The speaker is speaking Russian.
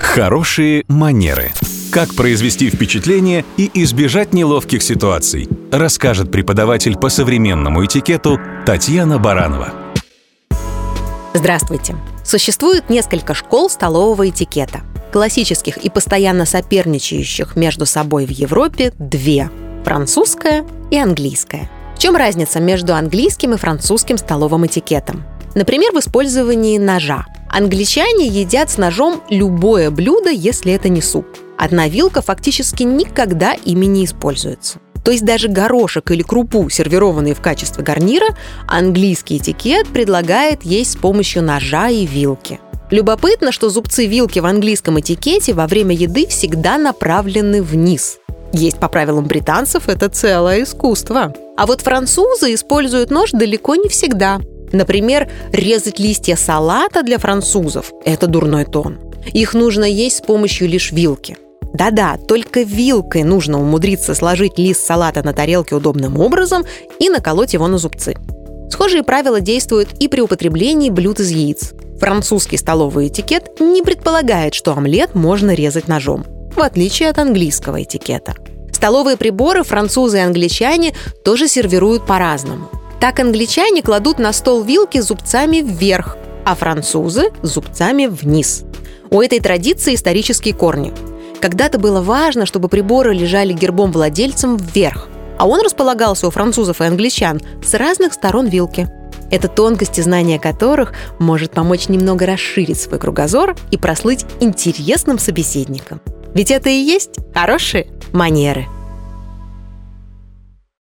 Хорошие манеры. Как произвести впечатление и избежать неловких ситуаций, расскажет преподаватель по современному этикету Татьяна Баранова. Здравствуйте! Существует несколько школ столового этикета. Классических и постоянно соперничающих между собой в Европе две – французская и английская. В чем разница между английским и французским столовым этикетом? Например, в использовании ножа. Англичане едят с ножом любое блюдо, если это не суп. Одна вилка фактически никогда ими не используется. То есть даже горошек или крупу, сервированные в качестве гарнира, английский этикет предлагает есть с помощью ножа и вилки. Любопытно, что зубцы вилки в английском этикете во время еды всегда направлены вниз. Есть по правилам британцев – это целое искусство. А вот французы используют нож далеко не всегда. Например, резать листья салата для французов – это дурной тон. Их нужно есть с помощью лишь вилки. Да-да, только вилкой нужно умудриться сложить лист салата на тарелке удобным образом и наколоть его на зубцы. Схожие правила действуют и при употреблении блюд из яиц. Французский столовый этикет не предполагает, что омлет можно резать ножом, в отличие от английского этикета. Столовые приборы французы и англичане тоже сервируют по-разному. Так англичане кладут на стол вилки зубцами вверх, а французы – зубцами вниз. У этой традиции исторические корни. Когда-то было важно, чтобы приборы лежали гербом владельцем вверх, а он располагался у французов и англичан с разных сторон вилки. Это тонкости, знания которых может помочь немного расширить свой кругозор и прослыть интересным собеседником. Ведь это и есть хорошие манеры.